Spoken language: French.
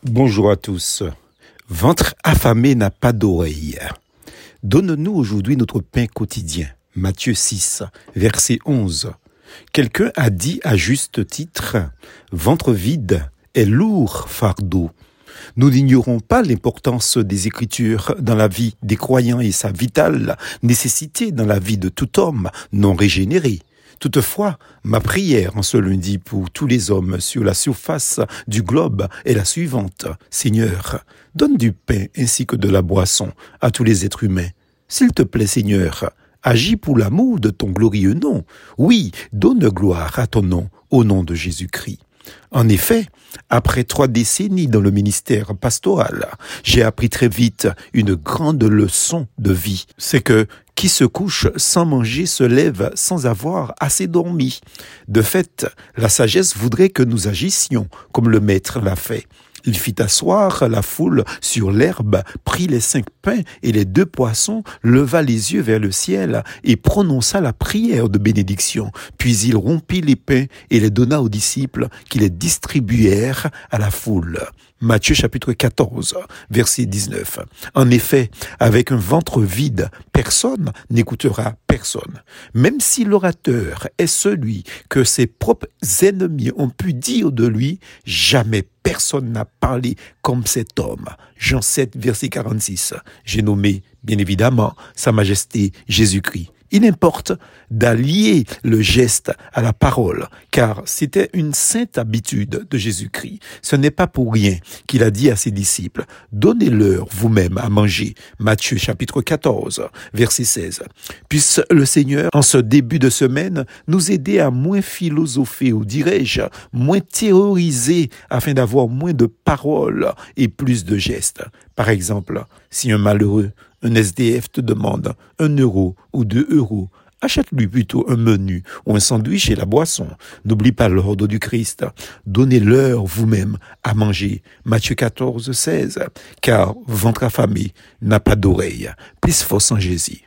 Bonjour à tous. Ventre affamé n'a pas d'oreille. Donne-nous aujourd'hui notre pain quotidien. Matthieu 6, verset 11. Quelqu'un a dit à juste titre, ventre vide est lourd fardeau. Nous n'ignorons pas l'importance des Écritures dans la vie des croyants et sa vitale nécessité dans la vie de tout homme non régénéré. Toutefois, ma prière en ce lundi pour tous les hommes sur la surface du globe est la suivante. Seigneur, donne du pain ainsi que de la boisson à tous les êtres humains. S'il te plaît, Seigneur, agis pour l'amour de ton glorieux nom. Oui, donne gloire à ton nom, au nom de Jésus-Christ. En effet, après 3 décennies dans le ministère pastoral, j'ai appris très vite une grande leçon de vie. C'est que qui se couche sans manger se lève sans avoir assez dormi. De fait, la sagesse voudrait que nous agissions comme le Maître l'a fait. Il fit asseoir la foule sur l'herbe, prit les 5 pains et les 2 poissons, leva les yeux vers le ciel et prononça la prière de bénédiction. Puis il rompit les pains et les donna aux disciples qui les distribuèrent à la foule. Matthieu chapitre 14, verset 19. En effet, avec un ventre vide, personne n'écoutera personne. Même si l'orateur est celui que ses propres ennemis ont pu dire de lui, jamais personne n'a parlé comme cet homme. Jean 7, verset 46. J'ai nommé, bien évidemment, Sa Majesté Jésus-Christ. Il importe d'allier le geste à la parole, car c'était une sainte habitude de Jésus-Christ. Ce n'est pas pour rien qu'il a dit à ses disciples, « Donnez-leur vous-même à manger ». Matthieu chapitre 14, verset 16. Puisse le Seigneur, en ce début de semaine, nous aider à moins philosopher, ou dirais-je, moins théoriser, afin d'avoir moins de paroles et plus de gestes. Par exemple, si un malheureux, un SDF te demande 1 euro ou 2 euros, achète-lui plutôt un menu ou un sandwich et la boisson. N'oublie pas l'ordre du Christ. Donnez-leur vous-même à manger. Matthieu 14, 16. Car ventre affamé n'a pas d'oreille. Plus fort en Jésus.